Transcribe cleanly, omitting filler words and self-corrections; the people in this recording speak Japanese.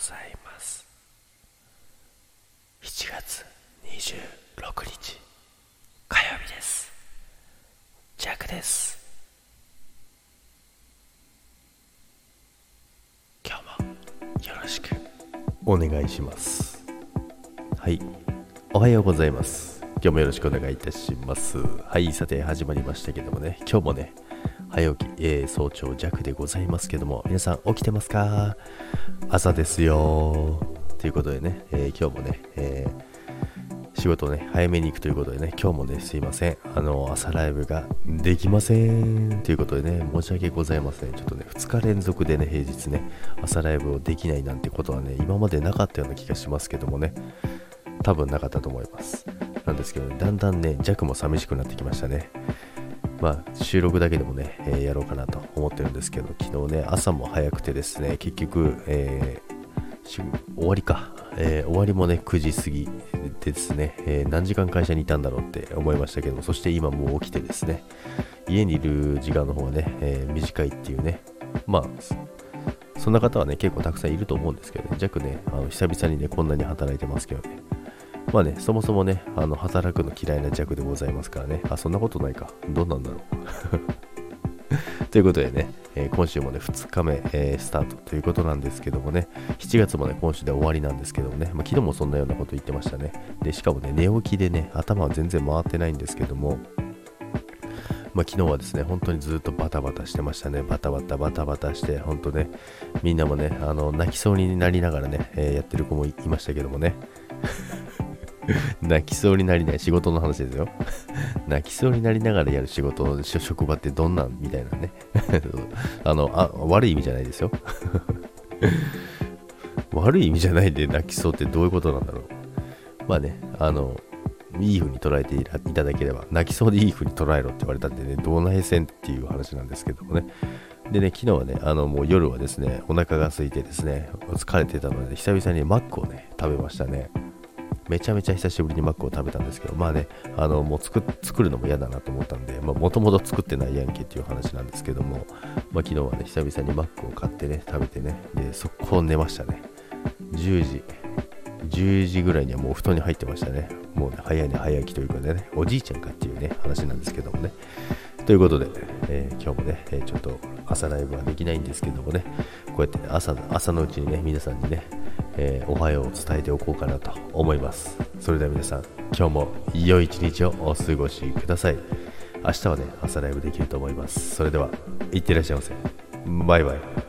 ざいます。7月26日火曜日です。ジャックです。今日もよろしくお願いします。はい、おはようございます。今日もよろしくお願いいたします。はい、さて始まりましたけどもね、今日もね早起き、早朝弱でございますけども、皆さん起きてますか？朝ですよということでね、今日もね、仕事をね早めに行くということでね、今日もねすいません、朝ライブができませんということでね、申し訳ございません。ちょっとね2日連続でね平日ね朝ライブをできないなんてことはね今までなかったような気がしますけどもね、多分なかったと思います。なんですけどね、だんだんね弱も寂しくなってきましたね。まあ収録だけでもね、やろうかなと思ってるんですけど、昨日ね朝も早くてですね、結局、終わりか、終わりもね9時過ぎでですね、何時間会社にいたんだろうって思いましたけども、そして今もう起きてですね、家にいる時間の方がね、短いっていうね、まあそんな方はね結構たくさんいると思うんですけどね、弱ね久々にねこんなに働いてますけどね、まあね、そもそもね、働くの嫌いな弱でございますからね。そんなことないか。どうなんだろう。ということでね、今週もね、2日目、スタートということなんですけどもね、7月もね、今週で終わりなんですけどもね、昨日もそんなようなこと言ってましたね。で、しかもね、寝起きでね、頭は全然回ってないんですけども、昨日はですね、本当にずっとバタバタしてましたね。バタバタして、本当ね、みんなもね、泣きそうになりながらね、やってる子もいましたけどもね。泣きそうになりない仕事の話ですよ。泣きそうになりながらやる仕事、職場ってどんなんみたいなね。悪い意味じゃないですよ。悪い意味じゃないで泣きそうってどういうことなんだろう。まあね、いい風に捉えていただければ、泣きそうでいい風に捉えろって言われたんでね、どうないせんっていう話なんですけどもね。でね、昨日はね、もう夜はですね、お腹が空いてですね、疲れてたので、久々にマックをね、食べましたね。めちゃめちゃ久しぶりにマックを食べたんですけど、まあね、もう作るのも嫌だなと思ったんで、もともと作ってないやんけっていう話なんですけども、昨日はね、久々にマックを買ってね、食べてね、で、速攻寝ましたね。10時ぐらいにはもうお布団に入ってましたね。もうね、早起きというかね、おじいちゃんかっていうね、話なんですけどもね。ということで、今日もね、ちょっと朝ライブはできないんですけどもね、こうやって、ね、朝のうちにね、皆さんにね、おはようを伝えておこうかなと思います。それでは皆さん、今日も良い一日をお過ごしください。明日はね、朝ライブできると思います。それでは、いってらっしゃいませ。バイバイ。